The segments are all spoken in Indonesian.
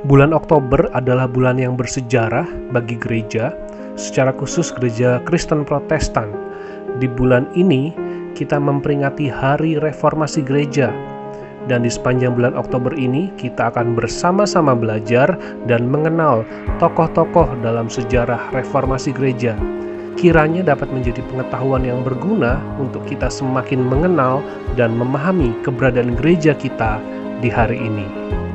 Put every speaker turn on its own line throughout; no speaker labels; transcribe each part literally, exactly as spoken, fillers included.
Bulan Oktober adalah bulan yang bersejarah bagi gereja, secara khusus gereja Kristen Protestan. Di bulan ini, kita memperingati Hari Reformasi Gereja. Dan di sepanjang bulan Oktober ini, kita akan bersama-sama belajar dan mengenal tokoh-tokoh dalam sejarah reformasi gereja. Kiranya dapat menjadi pengetahuan yang berguna untuk kita semakin mengenal dan memahami keberadaan gereja kita di hari ini.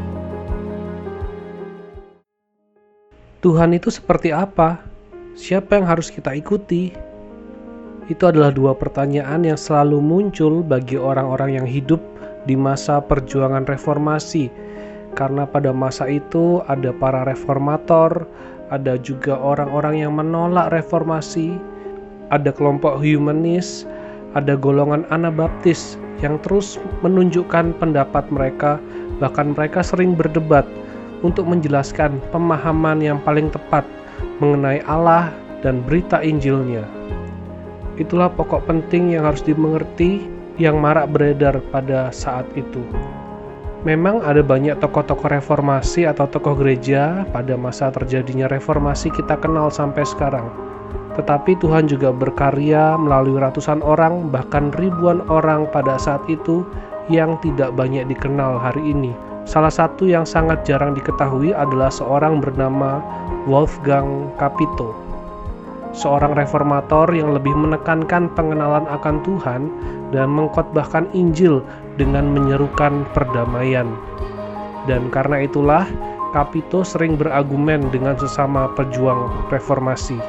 Tuhan itu seperti apa? Siapa yang harus kita ikuti? Itu adalah dua pertanyaan yang selalu muncul bagi orang-orang yang hidup di masa perjuangan reformasi. Karena pada masa itu ada para reformator, ada juga orang-orang yang menolak reformasi, ada kelompok humanis, ada golongan Anabaptis yang terus menunjukkan pendapat mereka, bahkan mereka sering berdebat untuk menjelaskan pemahaman yang paling tepat mengenai Allah dan berita Injilnya. Itulah pokok penting yang harus dimengerti yang marak beredar pada saat itu. Memang ada banyak tokoh-tokoh reformasi atau tokoh gereja pada masa terjadinya reformasi kita kenal sampai sekarang. Tetapi Tuhan juga berkarya melalui ratusan orang, bahkan ribuan orang pada saat itu yang tidak banyak dikenal hari ini. Salah satu yang sangat jarang diketahui adalah seorang bernama Wolfgang Capito, seorang reformator yang lebih menekankan pengenalan akan Tuhan dan mengkhotbahkan Injil dengan menyerukan perdamaian. Dan karena itulah Capito sering berargumen dengan sesama pejuang reformasi.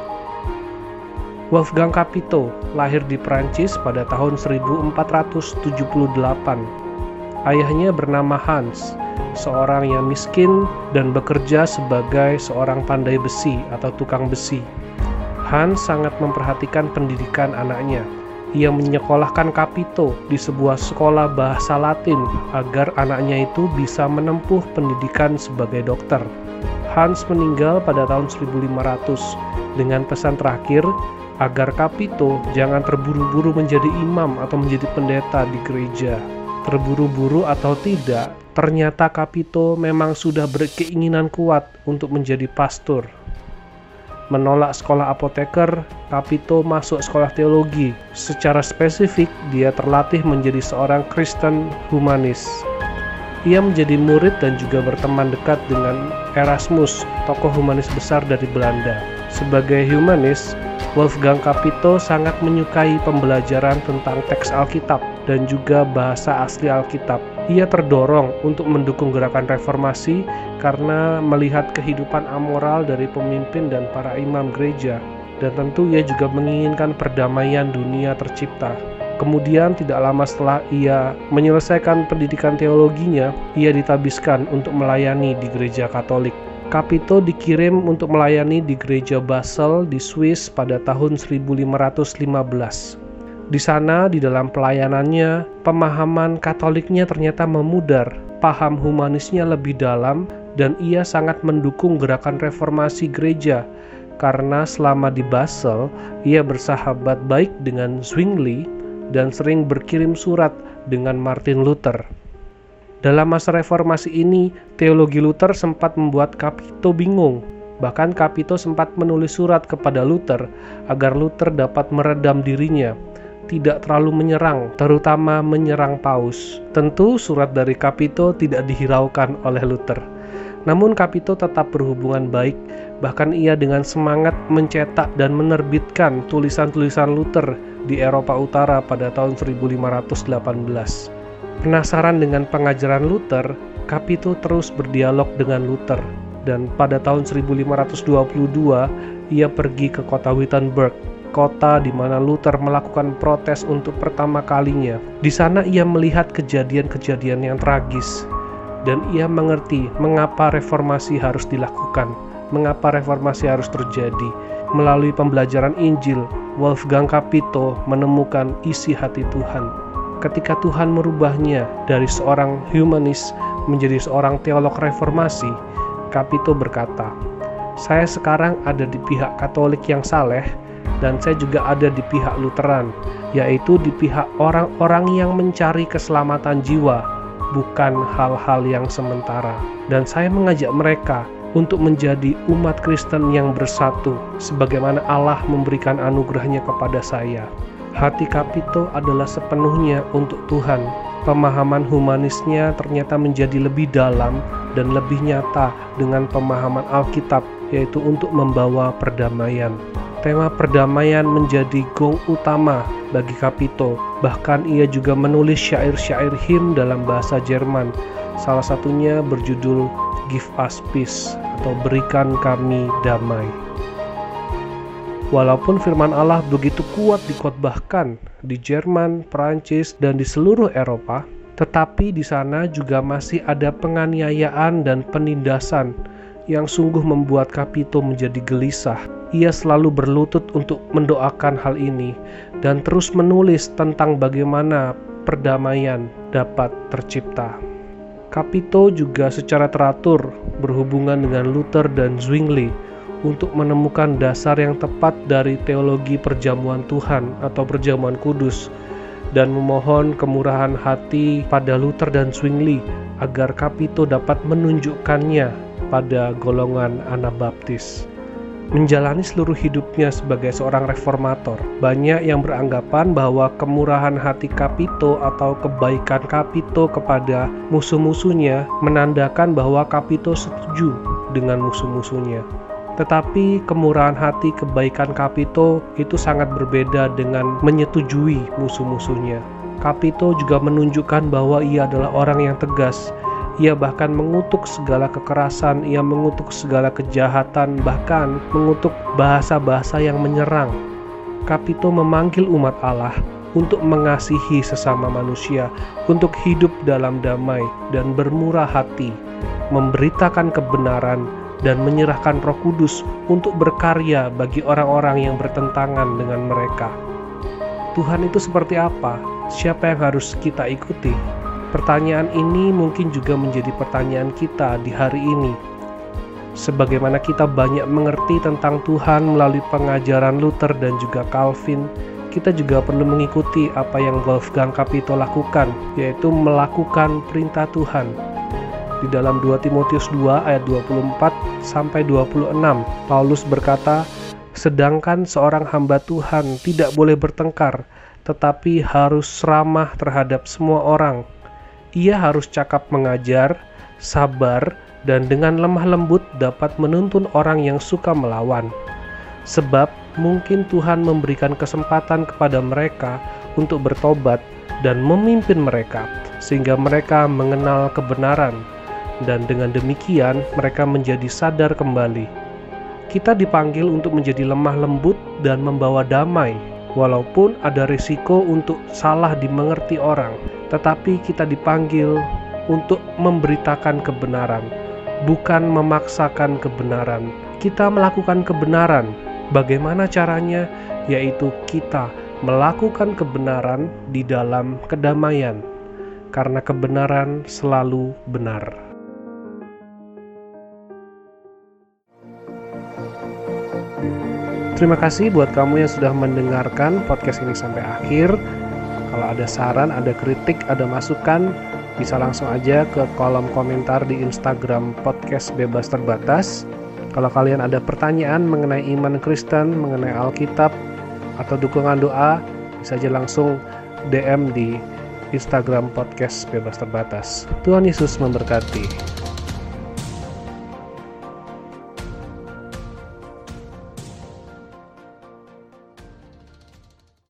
Wolfgang Capito lahir di Prancis pada tahun seribu empat ratus tujuh puluh delapan. Ayahnya bernama Hans, seorang yang miskin dan bekerja sebagai seorang pandai besi atau tukang besi. Hans sangat memperhatikan pendidikan anaknya. Ia menyekolahkan Capito di sebuah sekolah bahasa Latin agar anaknya itu bisa menempuh pendidikan sebagai dokter. Hans meninggal pada tahun seribu lima ratus dengan pesan terakhir agar Capito jangan terburu-buru menjadi imam atau menjadi pendeta di gereja. Terburu-buru atau tidak, ternyata Capito memang sudah berkeinginan kuat untuk menjadi pastor. Menolak sekolah apoteker, Capito masuk sekolah teologi. Secara spesifik, dia terlatih menjadi seorang Kristen humanis. Ia menjadi murid dan juga berteman dekat dengan Erasmus, tokoh humanis besar dari Belanda. Sebagai humanis, Wolfgang Capito sangat menyukai pembelajaran tentang teks Alkitab dan juga bahasa asli Alkitab. Ia terdorong untuk mendukung gerakan reformasi karena melihat kehidupan amoral dari pemimpin dan para imam gereja, dan tentu ia juga menginginkan perdamaian dunia tercipta. Kemudian tidak lama setelah ia menyelesaikan pendidikan teologinya, ia ditabiskan untuk melayani di gereja Katolik. Capito dikirim untuk melayani di gereja Basel di Swiss pada tahun seribu lima ratus lima belas. Di sana, di dalam pelayanannya, pemahaman Katoliknya ternyata memudar, paham humanisnya lebih dalam, dan ia sangat mendukung gerakan reformasi gereja, karena selama di Basel, ia bersahabat baik dengan Zwingli dan sering berkirim surat dengan Martin Luther. Dalam masa reformasi ini, teologi Luther sempat membuat Capito bingung. Bahkan Capito sempat menulis surat kepada Luther agar Luther dapat meredam dirinya, tidak terlalu menyerang, terutama menyerang Paus. Tentu surat dari Capito tidak dihiraukan oleh Luther. Namun Capito tetap berhubungan baik, bahkan ia dengan semangat mencetak dan menerbitkan tulisan-tulisan Luther di Eropa Utara pada tahun seribu lima ratus delapan belas. Penasaran dengan pengajaran Luther, Capito terus berdialog dengan Luther, dan pada tahun seribu lima ratus dua puluh dua ia pergi ke kota Wittenberg, kota di mana Luther melakukan protes untuk pertama kalinya. Di sana ia melihat kejadian-kejadian yang tragis, dan ia mengerti mengapa reformasi harus dilakukan, mengapa reformasi harus terjadi. Melalui pembelajaran Injil, Wolfgang Capito menemukan isi hati Tuhan. Ketika Tuhan merubahnya dari seorang humanis menjadi seorang teolog reformasi, Capito berkata, "Saya sekarang ada di pihak Katolik yang saleh, dan saya juga ada di pihak Lutheran, yaitu di pihak orang-orang yang mencari keselamatan jiwa, bukan hal-hal yang sementara. Dan saya mengajak mereka untuk menjadi umat Kristen yang bersatu, sebagaimana Allah memberikan anugerahnya kepada saya. Hati Kapito adalah sepenuhnya untuk Tuhan. Pemahaman humanisnya ternyata menjadi lebih dalam dan lebih nyata dengan pemahaman Alkitab, yaitu untuk membawa perdamaian. Tema perdamaian menjadi gong utama bagi Kapito. Bahkan ia juga menulis syair-syair him dalam bahasa Jerman. Salah satunya berjudul Give Us Peace atau Berikan Kami Damai. Walaupun firman Allah begitu kuat dikhotbahkan di Jerman, Perancis, dan di seluruh Eropa, tetapi di sana juga masih ada penganiayaan dan penindasan yang sungguh membuat Kapito menjadi gelisah. Ia selalu berlutut untuk mendoakan hal ini dan terus menulis tentang bagaimana perdamaian dapat tercipta. Kapito juga secara teratur berhubungan dengan Luther dan Zwingli untuk menemukan dasar yang tepat dari teologi perjamuan Tuhan atau perjamuan kudus, dan memohon kemurahan hati pada Luther dan Zwingli agar Kapito dapat menunjukkannya pada golongan Anabaptis. Menjalani seluruh hidupnya sebagai seorang reformator, banyak yang beranggapan bahwa kemurahan hati Kapito atau kebaikan Kapito kepada musuh-musuhnya menandakan bahwa Kapito setuju dengan musuh-musuhnya. Tetapi kemurahan hati kebaikan Kapito itu sangat berbeda dengan menyetujui musuh-musuhnya. Kapito juga menunjukkan bahwa ia adalah orang yang tegas. Ia bahkan mengutuk segala kekerasan, ia mengutuk segala kejahatan, bahkan mengutuk bahasa-bahasa yang menyerang. Kapito memanggil umat Allah untuk mengasihi sesama manusia, untuk hidup dalam damai dan bermurah hati, memberitakan kebenaran, dan menyerahkan Roh Kudus untuk berkarya bagi orang-orang yang bertentangan dengan mereka. Tuhan itu seperti apa? Siapa yang harus kita ikuti? Pertanyaan ini mungkin juga menjadi pertanyaan kita di hari ini. Sebagaimana kita banyak mengerti tentang Tuhan melalui pengajaran Luther dan juga Calvin, kita juga perlu mengikuti apa yang Wolfgang Kapito lakukan, yaitu melakukan perintah Tuhan. Di dalam dua Timotius dua ayat dua puluh empat sampai dua puluh enam, Paulus berkata, "Sedangkan seorang hamba Tuhan tidak boleh bertengkar, tetapi harus ramah terhadap semua orang. Ia harus cakap mengajar, sabar, dan dengan lemah lembut dapat menuntun orang yang suka melawan. Sebab mungkin Tuhan memberikan kesempatan kepada mereka untuk bertobat dan memimpin mereka, sehingga mereka mengenal kebenaran. Dan dengan demikian mereka menjadi sadar kembali." Kita dipanggil untuk menjadi lemah lembut dan membawa damai, walaupun ada risiko untuk salah dimengerti orang. Tetapi kita dipanggil untuk memberitakan kebenaran, bukan memaksakan kebenaran. Kita melakukan kebenaran. Bagaimana caranya? Yaitu kita melakukan kebenaran di dalam kedamaian, karena kebenaran selalu benar. Terima kasih buat kamu yang sudah mendengarkan podcast ini sampai akhir. Kalau ada saran, ada kritik, ada masukan, bisa langsung aja ke kolom komentar di Instagram Podcast Bebas Terbatas. Kalau kalian ada pertanyaan mengenai iman Kristen, mengenai Alkitab, atau dukungan doa, bisa aja langsung D M di Instagram Podcast Bebas Terbatas. Tuhan Yesus memberkati.